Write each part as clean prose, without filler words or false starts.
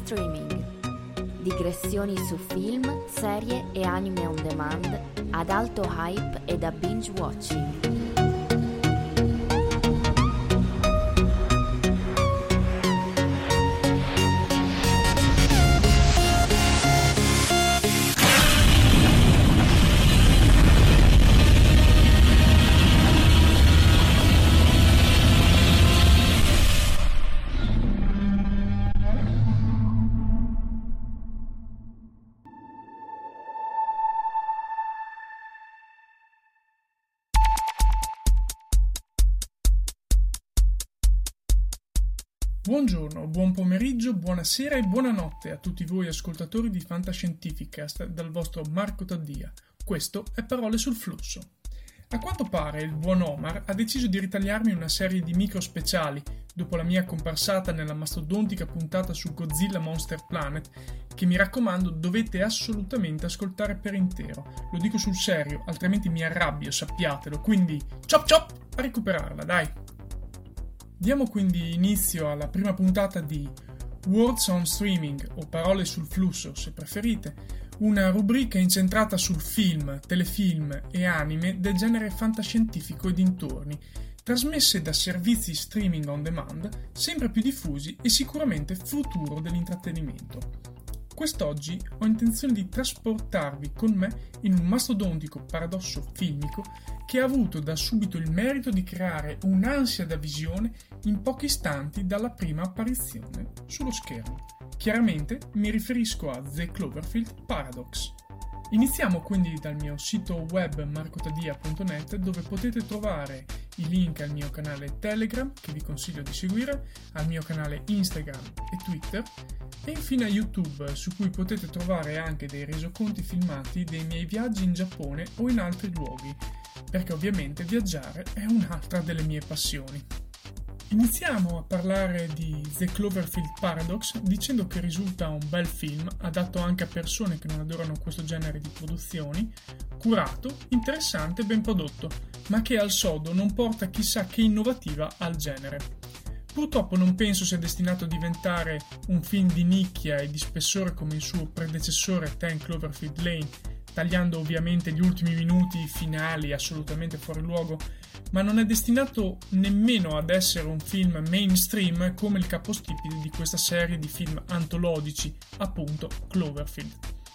Streaming. Digressioni su film, serie e anime on demand ad alto hype e da binge watching. Buongiorno, buon pomeriggio, buonasera e buonanotte a tutti voi ascoltatori di Fantascientificast dal vostro Marco Taddia. Questo è Parole sul Flusso. A quanto pare il buon Omar ha deciso di ritagliarmi una serie di micro speciali dopo la mia comparsata nella mastodontica puntata su Godzilla Monster Planet che mi raccomando dovete assolutamente ascoltare per intero. Lo dico sul serio, altrimenti mi arrabbio, sappiatelo, quindi chop chop a recuperarla, dai! Diamo quindi inizio alla prima puntata di Words on Streaming, o Parole sul Flusso se preferite, una rubrica incentrata sul film, telefilm e anime del genere fantascientifico e dintorni, trasmesse da servizi streaming on demand sempre più diffusi e sicuramente futuro dell'intrattenimento. Quest'oggi ho intenzione di trasportarvi con me in un mastodontico paradosso filmico che ha avuto da subito il merito di creare un'ansia da visione in pochi istanti dalla prima apparizione sullo schermo. Chiaramente mi riferisco a The Cloverfield Paradox. Iniziamo quindi dal mio sito web marcotadia.net dove potete trovare i link al mio canale Telegram che vi consiglio di seguire, al mio canale Instagram e Twitter e infine a YouTube su cui potete trovare anche dei resoconti filmati dei miei viaggi in Giappone o in altri luoghi, perché ovviamente viaggiare è un'altra delle mie passioni. Iniziamo a parlare di The Cloverfield Paradox dicendo che risulta un bel film, adatto anche a persone che non adorano questo genere di produzioni, curato, interessante e ben prodotto, ma che al sodo non porta chissà che innovativa al genere. Purtroppo non penso sia destinato a diventare un film di nicchia e di spessore come il suo predecessore 10 Cloverfield Lane, tagliando ovviamente gli ultimi minuti finali assolutamente fuori luogo, ma non è destinato nemmeno ad essere un film mainstream come il capostipite di questa serie di film antologici, appunto Cloverfield.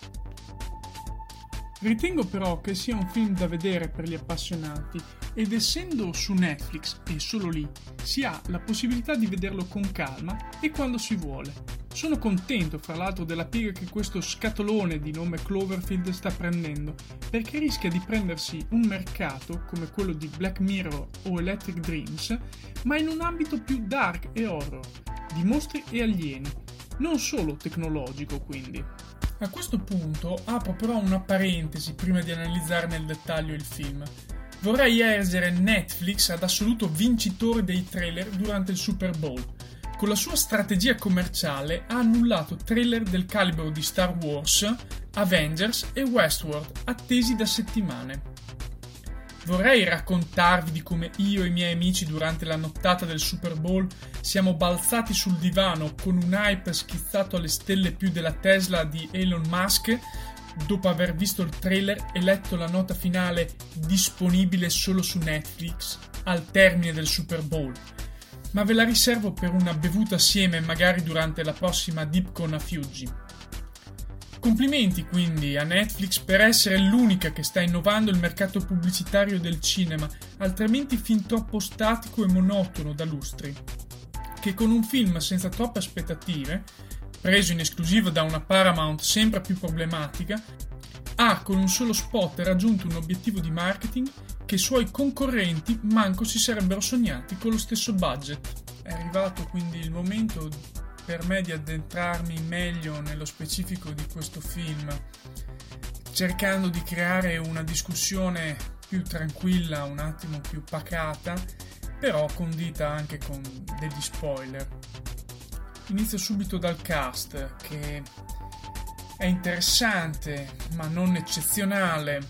Ritengo però che sia un film da vedere per gli appassionati ed essendo su Netflix e solo lì si ha la possibilità di vederlo con calma e quando si vuole. Sono contento fra l'altro della piega che questo scatolone di nome Cloverfield sta prendendo perché rischia di prendersi un mercato come quello di Black Mirror o Electric Dreams ma in un ambito più dark e horror, di mostri e alieni, non solo tecnologico quindi. A questo punto apro però una parentesi prima di analizzare nel dettaglio il film. Vorrei ergere Netflix ad assoluto vincitore dei trailer durante il Super Bowl. Con la sua strategia commerciale ha annullato trailer del calibro di Star Wars, Avengers e Westworld, attesi da settimane. Vorrei raccontarvi di come io e i miei amici durante la nottata del Super Bowl siamo balzati sul divano con un hype schizzato alle stelle più della Tesla di Elon Musk dopo aver visto il trailer e letto la nota finale disponibile solo su Netflix al termine del Super Bowl. Ma ve la riservo per una bevuta assieme magari durante la prossima Dipcon a Fiuggi. Complimenti quindi a Netflix per essere l'unica che sta innovando il mercato pubblicitario del cinema, altrimenti fin troppo statico e monotono da lustri, che con un film senza troppe aspettative, preso in esclusiva da una Paramount sempre più problematica, ha con un solo spot raggiunto un obiettivo di marketing che i suoi concorrenti manco si sarebbero sognati con lo stesso budget. È arrivato quindi il momento per me di addentrarmi meglio nello specifico di questo film, cercando di creare una discussione più tranquilla, un attimo più pacata, però condita anche con degli spoiler. Inizio subito dal cast, che è interessante ma non eccezionale.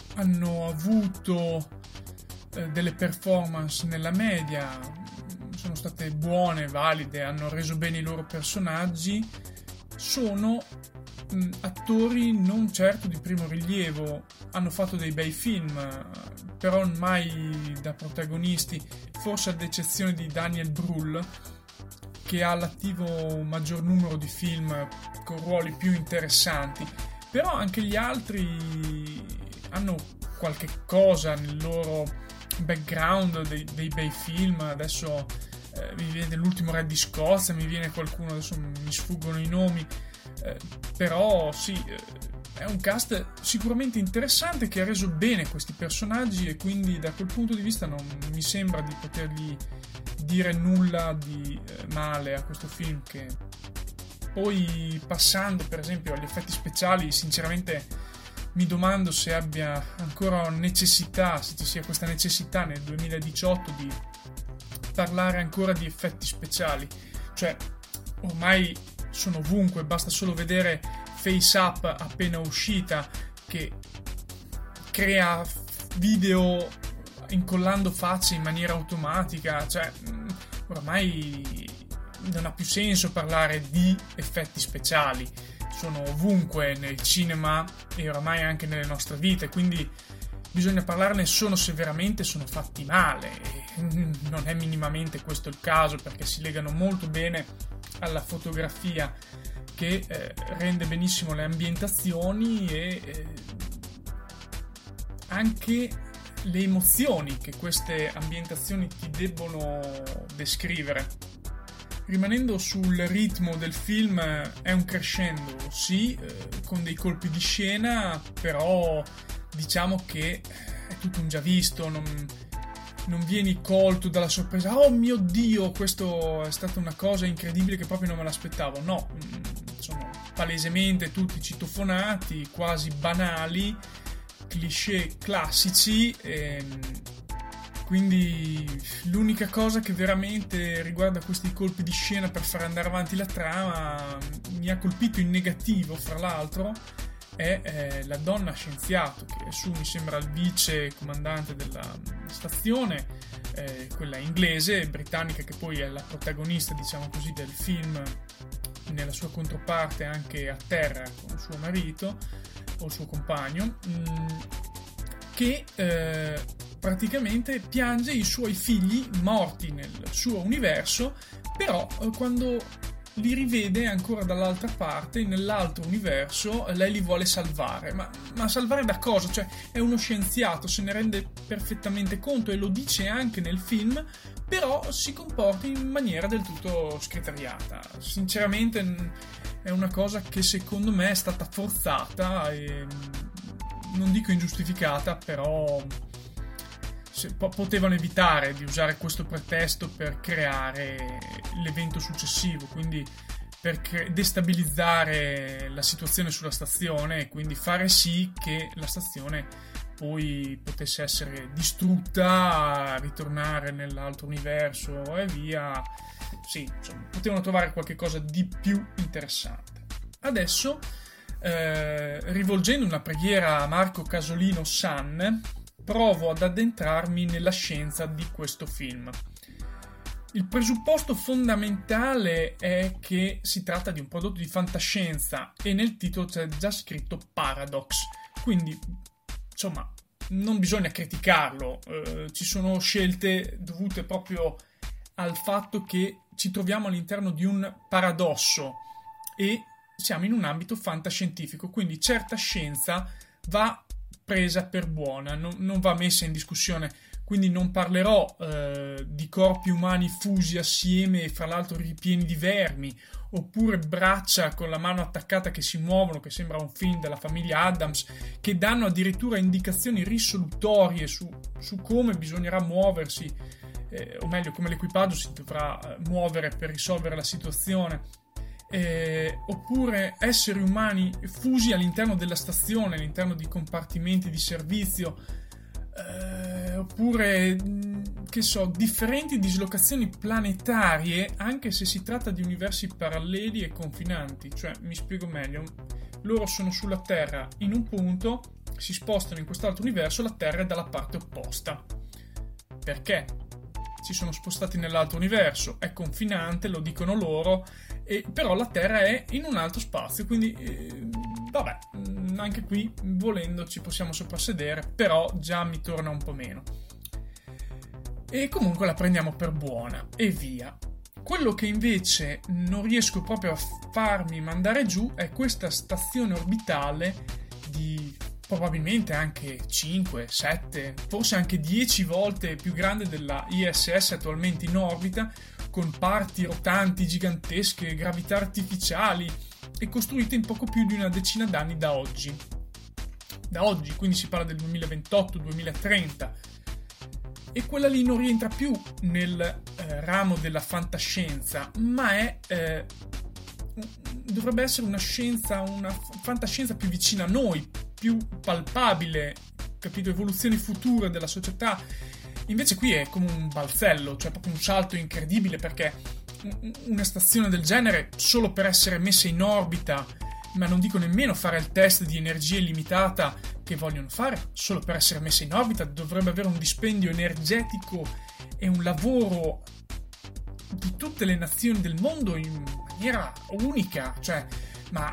Hanno avuto delle performance nella media, sono state buone, valide, hanno reso bene i loro personaggi, sono attori non certo di primo rilievo, hanno fatto dei bei film, però mai da protagonisti, forse ad eccezione di Daniel Brühl, che ha all'attivo un maggior numero di film con ruoli più interessanti, però anche gli altri hanno qualche cosa nel loro background, dei bei film. Adesso mi viene l'ultimo Re di Scozia, mi viene qualcuno, adesso mi sfuggono i nomi, però sì, è un cast sicuramente interessante che ha reso bene questi personaggi, e quindi da quel punto di vista non mi sembra di potergli dire nulla di male a questo film. Che poi, passando per esempio agli effetti speciali, sinceramente mi domando se abbia ancora necessità, se ci sia questa necessità nel 2018 di parlare ancora di effetti speciali. Cioè, ormai sono ovunque, basta solo vedere Face Up appena uscita, che crea video incollando facce in maniera automatica. Cioè, ormai non ha più senso parlare di effetti speciali, sono ovunque nel cinema e oramai anche nelle nostre vite, quindi bisogna parlarne solo se veramente sono fatti male, e non è minimamente questo il caso, perché si legano molto bene alla fotografia, che rende benissimo le ambientazioni e anche le emozioni che queste ambientazioni ti debbono descrivere. Rimanendo sul ritmo del film, è un crescendo, sì, con dei colpi di scena, però diciamo che è tutto un già visto, non vieni colto dalla sorpresa, oh mio Dio, questo è stata una cosa incredibile che proprio non me l'aspettavo. No, sono palesemente tutti citofonati, quasi banali, cliché classici, quindi l'unica cosa che veramente riguarda questi colpi di scena per far andare avanti la trama mi ha colpito in negativo, fra l'altro, è la donna scienziato, che su mi sembra il vice comandante della stazione, quella inglese, britannica, che poi è la protagonista, diciamo così, del film, nella sua controparte anche a terra con suo marito o il suo compagno, che praticamente piange i suoi figli morti nel suo universo, però quando li rivede ancora dall'altra parte, nell'altro universo, lei li vuole salvare. Ma salvare da cosa? Cioè, è uno scienziato, se ne rende perfettamente conto e lo dice anche nel film, però si comporta in maniera del tutto scriteriata. Sinceramente è una cosa che secondo me è stata forzata e non dico ingiustificata, però potevano evitare di usare questo pretesto per creare l'evento successivo, quindi per destabilizzare la situazione sulla stazione e quindi fare sì che la stazione poi potesse essere distrutta, ritornare nell'altro universo e via. Sì, insomma, potevano trovare qualche cosa di più interessante. Adesso, rivolgendo una preghiera a Marco Casolino San, provo ad addentrarmi nella scienza di questo film. Il presupposto fondamentale è che si tratta di un prodotto di fantascienza e nel titolo c'è già scritto Paradox, quindi insomma non bisogna criticarlo, ci sono scelte dovute proprio al fatto che ci troviamo all'interno di un paradosso e siamo in un ambito fantascientifico, quindi certa scienza va presa per buona, non va messa in discussione. Quindi non parlerò di corpi umani fusi assieme e fra l'altro ripieni di vermi, oppure braccia con la mano attaccata che si muovono, che sembra un film della famiglia Addams, che danno addirittura indicazioni risolutorie su come bisognerà muoversi, o meglio come l'equipaggio si dovrà muovere per risolvere la situazione. Oppure esseri umani fusi all'interno della stazione, all'interno di compartimenti di servizio, oppure che so, differenti dislocazioni planetarie, anche se si tratta di universi paralleli e confinanti. Cioè, mi spiego meglio, loro sono sulla Terra in un punto, si spostano in quest'altro universo, la Terra è dalla parte opposta. Perché? si sono spostati nell'altro universo, è confinante, lo dicono loro, però la Terra è in un altro spazio, quindi vabbè, anche qui volendo ci possiamo soprassedere, però già mi torna un po' meno. E comunque la prendiamo per buona e via. Quello che invece non riesco proprio a farmi mandare giù è questa stazione orbitale di probabilmente anche 5, 7, forse anche 10 volte più grande della ISS attualmente in orbita, con parti rotanti gigantesche, gravità artificiali e costruite in poco più di una decina d'anni da oggi. Quindi si parla del 2028-2030. E quella lì non rientra più nel ramo della fantascienza, ma dovrebbe essere una fantascienza più vicina a noi, più palpabile, capito? Evoluzioni future della società. Invece qui è come un balzello, cioè proprio un salto incredibile, perché una stazione del genere, solo per essere messa in orbita, ma non dico nemmeno fare il test di energia illimitata che vogliono fare, solo per essere messa in orbita dovrebbe avere un dispendio energetico e un lavoro di tutte le nazioni del mondo in maniera unica, cioè, ma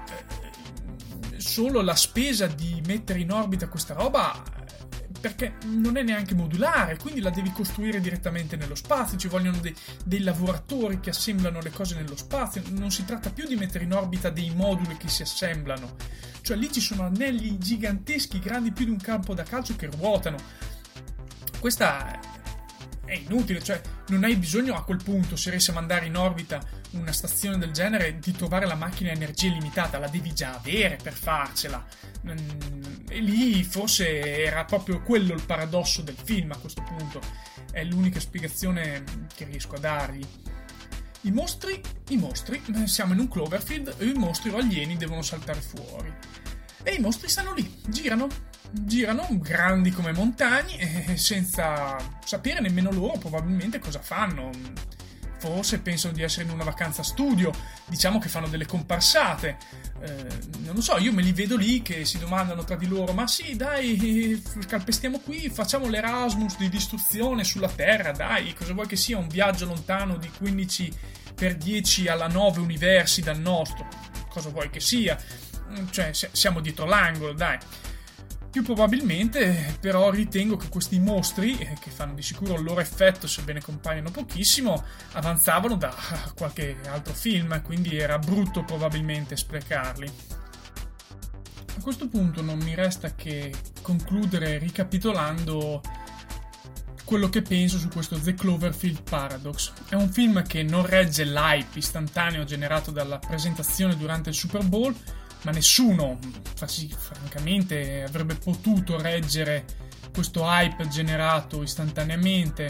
solo la spesa di mettere in orbita questa roba, perché non è neanche modulare, quindi la devi costruire direttamente nello spazio, ci vogliono dei lavoratori che assemblano le cose nello spazio, non si tratta più di mettere in orbita dei moduli che si assemblano, cioè lì ci sono anelli giganteschi, grandi più di un campo da calcio, che ruotano. Questa è inutile, cioè non hai bisogno a quel punto, se riesci a mandare in orbita una stazione del genere, di trovare la macchina a energia illimitata, la devi già avere per farcela. E lì forse era proprio quello il paradosso del film a questo punto, è l'unica spiegazione che riesco a dargli. I mostri, siamo in un Cloverfield e i mostri o alieni devono saltare fuori. E i mostri stanno lì, girano grandi come montagne, senza sapere nemmeno loro probabilmente cosa fanno. Forse pensano di essere in una vacanza studio, diciamo che fanno delle comparsate, non lo so, io me li vedo lì che si domandano tra di loro: ma sì, dai, calpestiamo qui, facciamo l'Erasmus di distruzione sulla Terra, dai, cosa vuoi che sia, un viaggio lontano di 15x10 alla 9 universi dal nostro, cosa vuoi che sia, cioè siamo dietro l'angolo, dai. Più probabilmente però ritengo che questi mostri, che fanno di sicuro il loro effetto sebbene compaiono pochissimo, avanzavano da qualche altro film, quindi era brutto probabilmente sprecarli. A questo punto non mi resta che concludere ricapitolando quello che penso su questo The Cloverfield Paradox. È un film che non regge l'hype istantaneo generato dalla presentazione durante il Super Bowl, ma nessuno, francamente, avrebbe potuto reggere questo hype generato istantaneamente.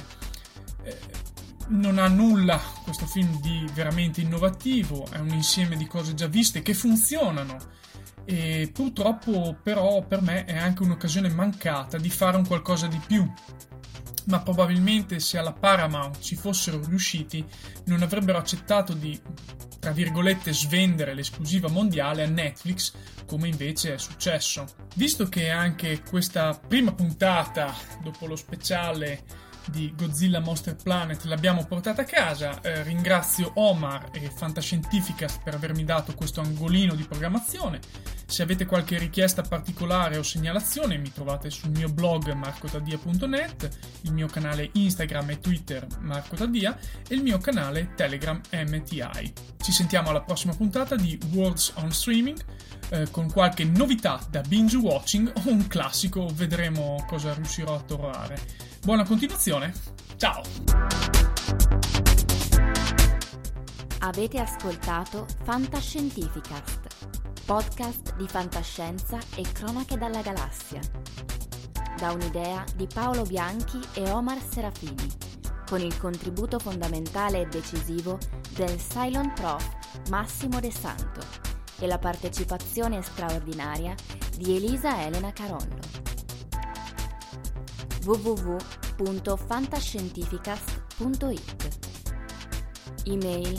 Non ha nulla questo film di veramente innovativo, è un insieme di cose già viste che funzionano, e purtroppo però per me è anche un'occasione mancata di fare un qualcosa di più. Ma probabilmente se alla Paramount ci fossero riusciti non avrebbero accettato di, tra virgolette, svendere l'esclusiva mondiale a Netflix, come invece è successo. Visto che anche questa prima puntata, dopo lo speciale di Godzilla Monster Planet, l'abbiamo portata a casa, ringrazio Omar e Fantascientificast per avermi dato questo angolino di programmazione. Se avete qualche richiesta particolare o segnalazione, mi trovate sul mio blog marcotaddia.net, il mio canale Instagram e Twitter Marcotaddia e il mio canale Telegram MTI. Ci sentiamo alla prossima puntata di Words on Streaming, con qualche novità da binge watching o un classico, vedremo cosa riuscirò a trovare. Buona continuazione, ciao! Avete ascoltato Fantascientificast, podcast di fantascienza e cronache dalla galassia. Da un'idea di Paolo Bianchi e Omar Serafini, con il contributo fondamentale e decisivo del Cylon Prof Massimo De Santo e la partecipazione straordinaria di Elisa Elena Carollo. www.fantascientificast.it. Email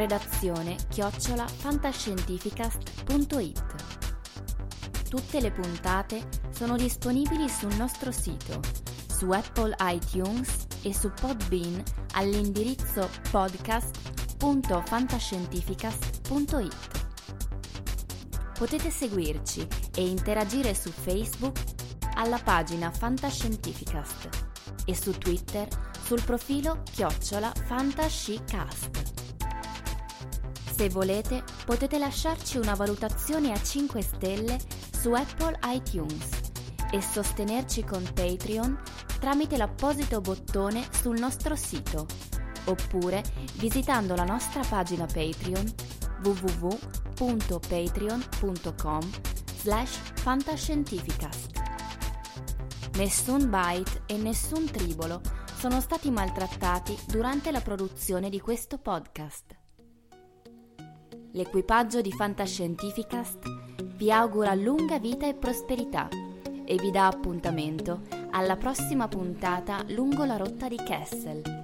redazione@fantascientificast.it. Tutte le puntate sono disponibili sul nostro sito su Apple iTunes e su Podbean all'indirizzo podcast.fantascientificast.it. Potete seguirci e interagire su Facebook alla pagina Fantascientificast e su Twitter sul profilo @fantascicast. Se volete, potete lasciarci una valutazione a 5 stelle su Apple iTunes e sostenerci con Patreon tramite l'apposito bottone sul nostro sito, oppure visitando la nostra pagina Patreon www.patreon.com/fantascientificast. Nessun byte e nessun tribolo sono stati maltrattati durante la produzione di questo podcast. L'equipaggio di Fantascientificast vi augura lunga vita e prosperità e vi dà appuntamento alla prossima puntata lungo la rotta di Kessel.